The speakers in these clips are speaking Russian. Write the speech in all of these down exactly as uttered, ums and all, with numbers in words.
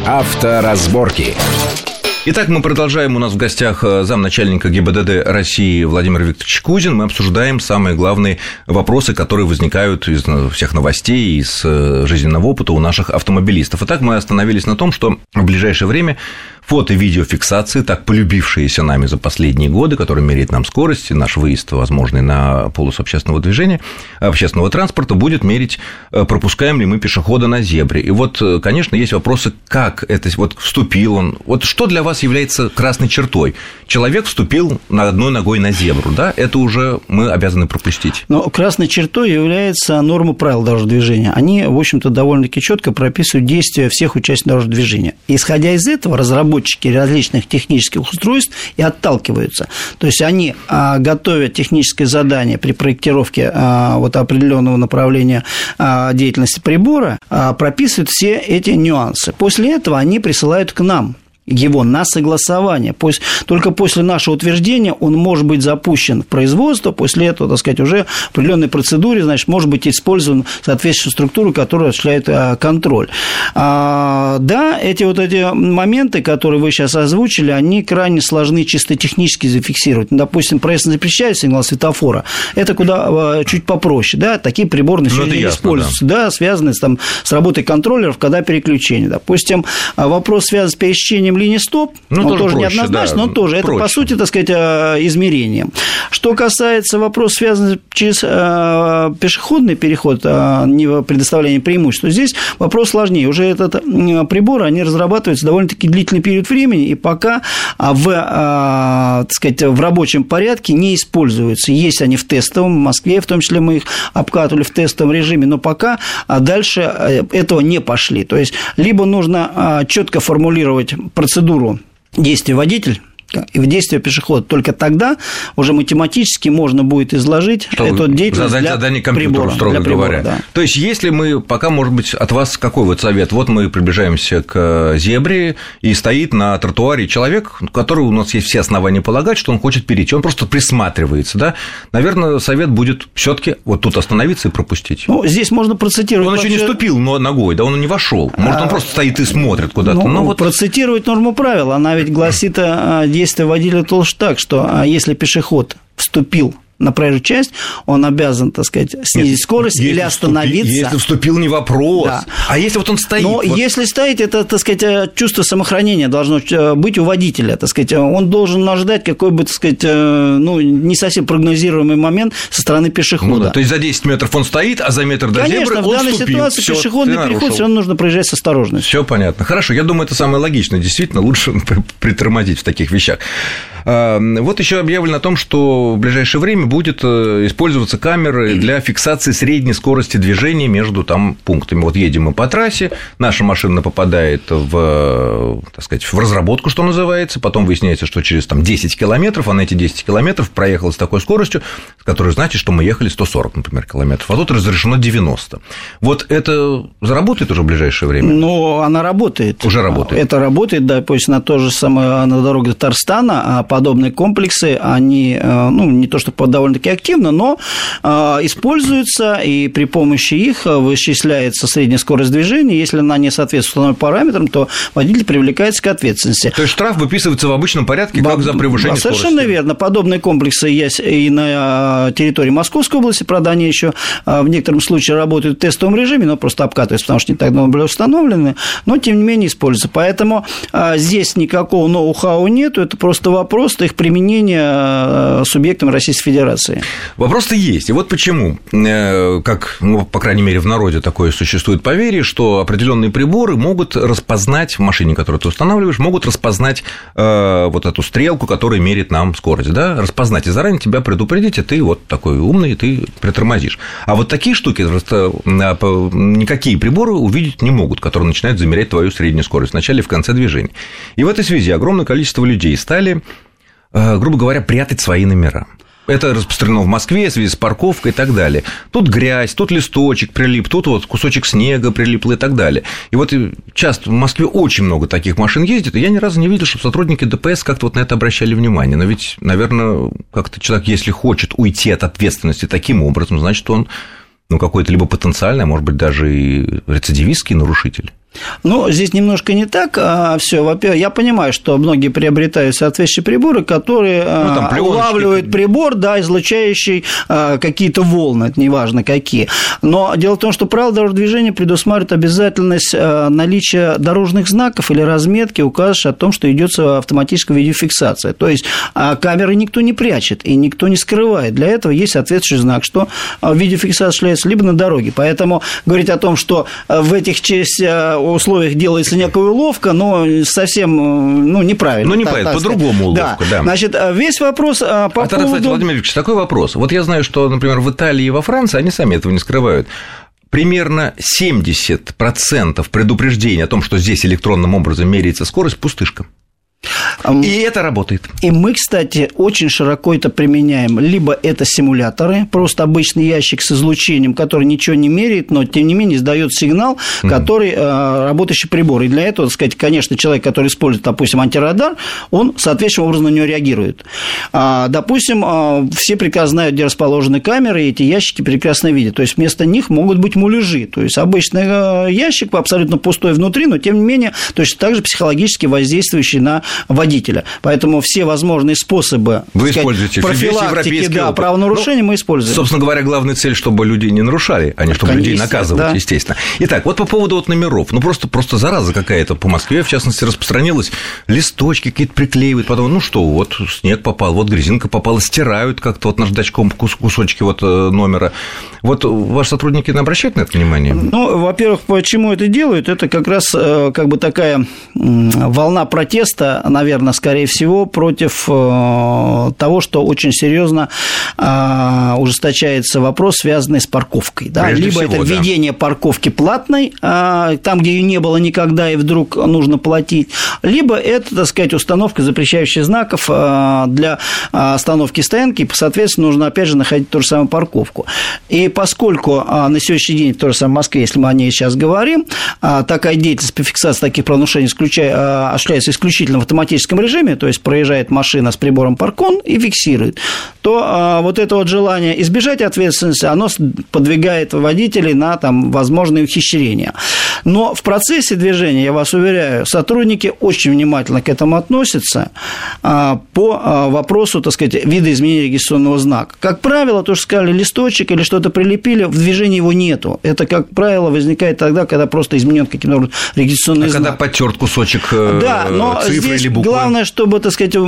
Авторазборки. Итак, мы продолжаем. У нас в гостях замначальника ГИБДД России Владимир Викторович Кузин. Мы обсуждаем самые главные вопросы, которые возникают из всех новостей, из жизненного опыта у наших автомобилистов. Итак, мы остановились на том, что в ближайшее время фото- и видеофиксации, так полюбившиеся нами за последние годы, которые меряют нам скорость, наш выезд возможный на полосу общественного движения, общественного транспорта, будет мерить, пропускаем ли мы пешехода на зебре. И вот, конечно, есть вопросы, как это, вот вступил он, вот что для вас является красной чертой? Человек вступил на одной ногой на зебру, да, это уже мы обязаны пропустить. Но красной чертой является норма правил дорожного движения. Они, в общем-то, довольно-таки четко прописывают действия всех участников дорожного движения. Исходя из этого, разработчики различных технических устройств и отталкиваются. То есть они а, готовят техническое задание при проектировке а, вот определенного направления а, деятельности прибора, а, прописывают все эти нюансы. После этого они присылают к нам его на согласование. Только после нашего утверждения он может быть запущен в производство, после этого, так сказать, уже в определенной процедуре, значит, может быть использован соответствующую структуру, которая осуществляет контроль. А, да, эти вот эти моменты, которые вы сейчас озвучили, они крайне сложны чисто технически зафиксировать. Допустим, проезд запрещает сигнал светофора, это куда чуть попроще, да, такие приборы на сегодня ясно, используются, да, да связаны с, там, с работой контроллеров, когда переключение. Допустим, вопрос связан с пересечением линии стоп, ну, он тоже, тоже проще, неоднозначно, да, но тоже проще. Это, по сути, так сказать, измерение. Что касается вопроса, связанного через пешеходный переход, не предоставление преимущества, здесь вопрос сложнее. Уже этот прибор, они разрабатываются довольно-таки длительный период времени, и пока в, так сказать, в рабочем порядке не используются. Есть они в тестовом, в Москве, в том числе мы их обкатывали в тестовом режиме, но пока дальше этого не пошли. То есть, либо нужно четко формулировать процедуру действия водитель и в действие пешехода. Только тогда уже математически можно будет изложить что эту деятельность задать для задание компьютеру, прибора, строго для прибора, говоря. Да. То есть, если мы, пока, может быть, от вас какой вот совет? Вот мы приближаемся к зебре, и стоит на тротуаре человек, который у нас есть все основания полагать, что он хочет перейти, он просто присматривается, да? Наверное, совет будет все таки вот тут остановиться и пропустить. Ну, здесь можно процитировать. Он вообще... еще не ступил ногой, да, он не вошел. Может, он просто стоит и смотрит куда-то. Ну, ну, вот... Процитировать норму правил, она ведь гласит действие водителя тоже так, что если пешеход вступил на проезжую часть, он обязан, так сказать, снизить Нет, скорость или остановиться. Вступи, если вступил, не вопрос. Да. А если вот он стоит? Но вот... если стоит, это, так сказать, чувство самохранения должно быть у водителя, так сказать. Он должен ожидать какой бы, так сказать, ну, не совсем прогнозируемый момент со стороны пешехода. Ну, да. То есть, за десять метров он стоит, а за метр до Конечно, зебры он в данной вступил. ситуации Всё, пешеходный переход все равно нужно проезжать с осторожностью. Все понятно. Хорошо, я думаю, это самое логичное. Действительно, лучше притормозить в таких вещах. Вот еще объявлено о том, что в ближайшее время будет использоваться камеры для фиксации средней скорости движения между там пунктами. Вот едем мы по трассе, наша машина попадает в, так сказать, в разработку, что называется, потом выясняется, что через там, десять километров, а на эти десять километров проехала с такой скоростью, с которой значит, что мы ехали сто сорок, например, километров, а тут разрешено девяносто. Вот это заработает уже в ближайшее время? Ну, она работает. Уже работает. Это работает, да, то есть на то же самое, на дороге Татарстана, подобные комплексы, они, ну, не то что довольно-таки активно, но используются, и при помощи их вычисляется средняя скорость движения. Если она не соответствует установленным параметрам, то водитель привлекается к ответственности. То есть штраф выписывается в обычном порядке, как за превышение да, совершенно скорости? Верно. Подобные комплексы есть и на территории Московской области, правда, они еще в некотором случае работают в тестовом режиме, но просто обкатываются, потому что не так давно были установлены, но, тем не менее, используются. Поэтому здесь никакого ноу-хау нету, это просто вопрос их применения субъектами Российской Федерации. Вопрос-то есть. И вот почему, как, ну, по крайней мере, в народе такое существует поверье, что определенные приборы могут распознать в машине, которую ты устанавливаешь, могут распознать э, вот эту стрелку, которая меряет нам скорость, да, распознать и заранее тебя предупредить, и ты вот такой умный, и ты притормозишь. А вот такие штуки просто никакие приборы увидеть не могут, которые начинают замерять твою среднюю скорость в начале и в конце движения. И в этой связи огромное количество людей стали, грубо говоря, прятать свои номера. Это распространено в Москве в связи с парковкой и так далее. Тут грязь, тут листочек прилип, тут вот кусочек снега прилип и так далее. И вот часто в Москве очень много таких машин ездит, и я ни разу не видел, чтобы сотрудники ДПС как-то вот на это обращали внимание. Но ведь, наверное, как-то человек, если хочет уйти от ответственности таким образом, значит, он, ну, какой-то либо потенциальный, а может быть, даже и рецидивистский нарушитель. Ну, здесь немножко не так а, все. Во-первых, я понимаю, что многие приобретают соответствующие приборы, которые ну, там, улавливают прибор, да, излучающий а, какие-то волны, неважно какие. Но дело в том, что правила дорожного движения предусматривают обязательность а, наличия дорожных знаков или разметки, указывающей о том, что идет автоматическая видеофиксация. То есть а, камеры никто не прячет и никто не скрывает. Для этого есть соответствующий знак, что видеофиксация осуществляется либо на дороге. Поэтому говорить о том, что в этих частях условиях делается некая уловка, но совсем ну, неправильно. Ну, неправильно, по-другому уловка, да. да. Значит, весь вопрос по а поводу... тогда, кстати, Владимир Викторович, такой вопрос. Вот я знаю, что, например, в Италии и во Франции они сами этого не скрывают. Примерно семьдесят процентов предупреждений о том, что здесь электронным образом меряется скорость, пустышка. И это работает. И мы, кстати, очень широко это применяем. Либо это симуляторы, просто обычный ящик с излучением, который ничего не меряет, но, тем не менее, издает сигнал, который mm-hmm. работающий прибор. И для этого, так сказать, конечно, человек, который использует, допустим, антирадар, он соответствующим образом на него реагирует. Допустим, все прекрасно знают, где расположены камеры, и эти ящики прекрасно видят. То есть, вместо них могут быть муляжи. То есть, обычный ящик абсолютно пустой внутри, но, тем не менее, точно так же психологически воздействующий на водителя. Поэтому все возможные способы вы сказать, используете профилактики да, правонарушений ну, мы используем. Собственно говоря, главная цель, чтобы людей не нарушали, а не чтобы Конечно, людей наказывать, да. естественно. Итак, вот по поводу вот номеров. Ну, просто, просто зараза какая-то по Москве, в частности, распространилась. Листочки какие-то приклеивают, потом, ну что, вот снег попал, вот грязинка попала, стирают как-то вот наждачком кусочки вот номера. Вот ваши сотрудники не обращают на это внимание? Ну, во-первых, почему это делают? Это как раз как бы такая волна протеста, наверное, скорее всего, против того, что очень серьезно ужесточается вопрос, связанный с парковкой. Да? Либо всего, это введение да. парковки платной, там, где ее не было никогда, и вдруг нужно платить, либо это, так сказать, установка запрещающих знаков для остановки стоянки, и, соответственно, нужно, опять же, находить ту же самую парковку. И поскольку на сегодняшний день, в той же самой Москве, если мы о ней сейчас говорим, такая деятельность по фиксации таких правонарушений осуществляется исключительно в автоматическом режиме, то есть проезжает машина с прибором Паркон и фиксирует, то а, вот это вот желание избежать ответственности, оно подвигает водителей на там, возможные ухищрения. Но в процессе движения, я вас уверяю, сотрудники очень внимательно к этому относятся а, по а, вопросу, так сказать, видоизменения регистрационного знака. Как правило, то, что сказали, листочек или что-то прилепили, в движении его нету. Это, как правило, возникает тогда, когда просто изменен каким-то образом регистрационный а знак. Когда потерт кусочек э, да, но цифры здесь или буквы. Главное, чтобы, так сказать,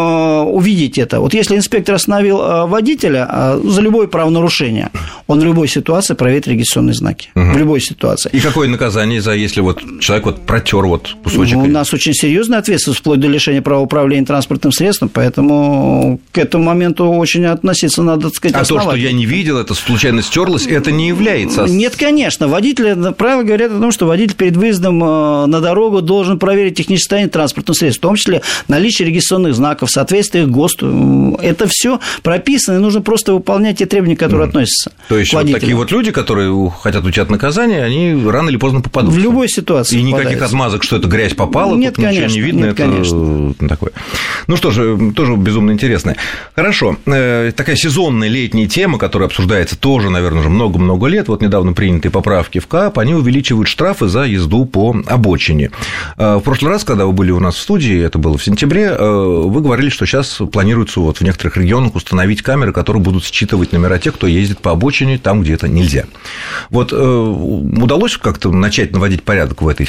увидеть это. Вот если инспектор остановил водителя за любое правонарушение, он в любой ситуации проверит регистрационные знаки. Угу. В любой ситуации. И какое наказание за, если вот человек вот протер вот кусочек? Ну, у нас очень серьезная ответственность, вплоть до лишения права управления транспортным средством, поэтому к этому моменту очень относиться надо, так сказать, а основательно. То, что я не видел, это случайно стерлось, это не является... Нет, конечно. Водители, правила говорят о том, что водитель перед выездом на дорогу должен проверить техническое состояние транспортного средства, в том числе наличие регистрационных знаков, соответствие ГОСТу. Это все прописано, и нужно просто выполнять те требования, которые mm. относятся То есть, к водителю. Вот такие вот люди, которые хотят уйти от наказания, они рано или поздно попадут. В любой ситуации. И никаких попадается. Отмазок, что это грязь попала, нет, тут конечно, ничего не видно, нет, это конечно. такое. Ну что же, тоже безумно интересно. Хорошо, такая сезонная летняя тема, которая обсуждается тоже, наверное, уже много-много лет. Вот недавно принятые поправки в КАП, они увеличивают штрафы за езду по обочине. В прошлый раз, когда вы были у нас в студии, это было в сентябре, вы говорили, что сейчас планируется вот в некоторых регионах установить камеры, которые будут считывать номера тех, кто ездит по обочине там, где это нельзя. Вот удалось как-то начать наводить порядок в этой?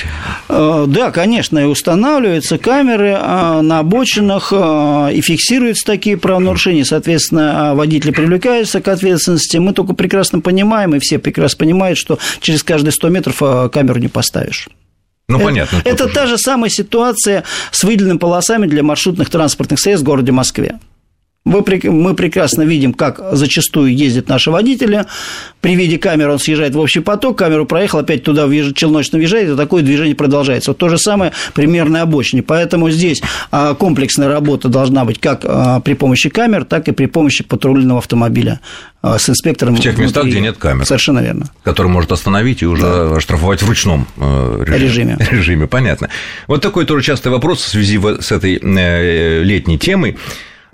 Да, конечно, и устанавливаются камеры на обочинах, и фиксируются такие правонарушения, соответственно, водители привлекаются к ответственности. Мы только прекрасно понимаем, и все прекрасно понимают, что через каждые сто метров камеру не поставишь. Ну, это, понятно. Это та же самая ситуация с выделенными полосами для маршрутных транспортных средств в городе Москве. Мы прекрасно видим, как зачастую ездят наши водители. При виде камеры он съезжает в общий поток, камеру проехал, опять туда въезжает, челночно въезжает, и такое движение продолжается. Вот то же самое примерно на обочине. Поэтому здесь комплексная работа должна быть как при помощи камер, так и при помощи патрульного автомобиля с инспектором. В тех внутри. Местах, где нет камер. Совершенно верно. Который может остановить и уже да. штрафовать в ручном режиме. режиме. режиме. Понятно. Вот такой тоже частый вопрос в связи с этой летней темой.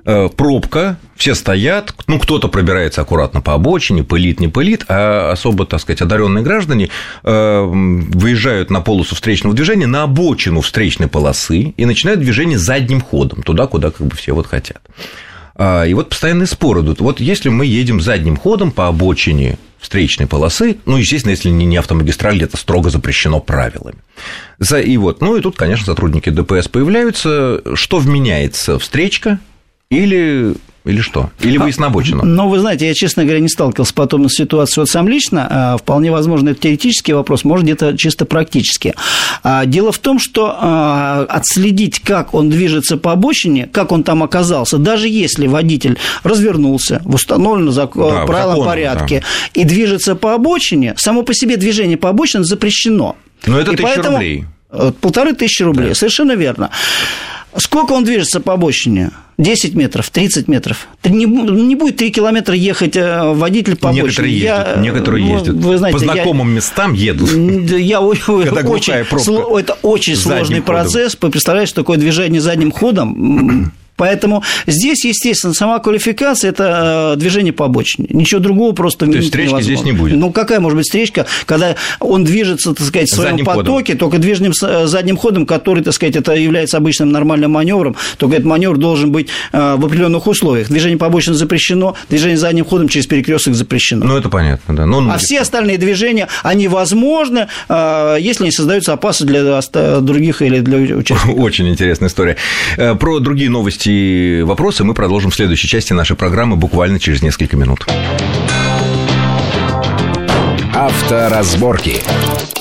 пробка, все стоят, ну, кто-то пробирается аккуратно по обочине, пылит, не пылит, а особо, так сказать, одаренные граждане выезжают на полосу встречного движения, на обочину встречной полосы и начинают движение задним ходом, туда, куда как бы все вот хотят. И вот постоянные споры идут. Вот если мы едем задним ходом по обочине встречной полосы, ну, естественно, если не автомагистраль, это строго запрещено правилами. И вот, ну, и тут, конечно, сотрудники ДПС появляются. Что вменяется? Встречка или... Или что? Или выезд на обочину? Ну, вы знаете, я, честно говоря, не сталкивался с подобной ситуацией вот сам лично. Вполне возможно, это теоретический вопрос, может, где-то чисто практически. Дело в том, что отследить, как он движется по обочине, как он там оказался, даже если водитель развернулся в установленном да, правилам порядке да. и движется по обочине, само по себе движение по обочине запрещено. Но это тысяча рублей. Полторы тысячи рублей, да. Совершенно верно. Сколько он движется по обочине? десять метров, тридцать метров. Не, не будет три километра ехать водитель по обочине. Некоторые ездят, я, некоторые ну, ездят. Вы знаете, по знакомым я, местам едут. Я, очень, это очень сложный процесс. Представляете, что такое движение задним ходом? Поэтому здесь, естественно, сама квалификация – это движение по обочине. Ничего другого просто невозможно. То есть встречки здесь не будет? Ну, какая может быть встречка, когда он движется, так сказать, в своем задним потоке, ходом. Только движением задним ходом, который, так сказать, это является обычным нормальным маневром, только этот маневр должен быть в определенных условиях. Движение по обочине запрещено, движение задним ходом через перекресток запрещено. Ну, это понятно, да. Но, ну, а все остальные движения, они возможны, если не создаются опасность для других или для участников. Очень интересная история. Про другие новости и вопросы мы продолжим в следующей части нашей программы буквально через несколько минут. Авторазборки.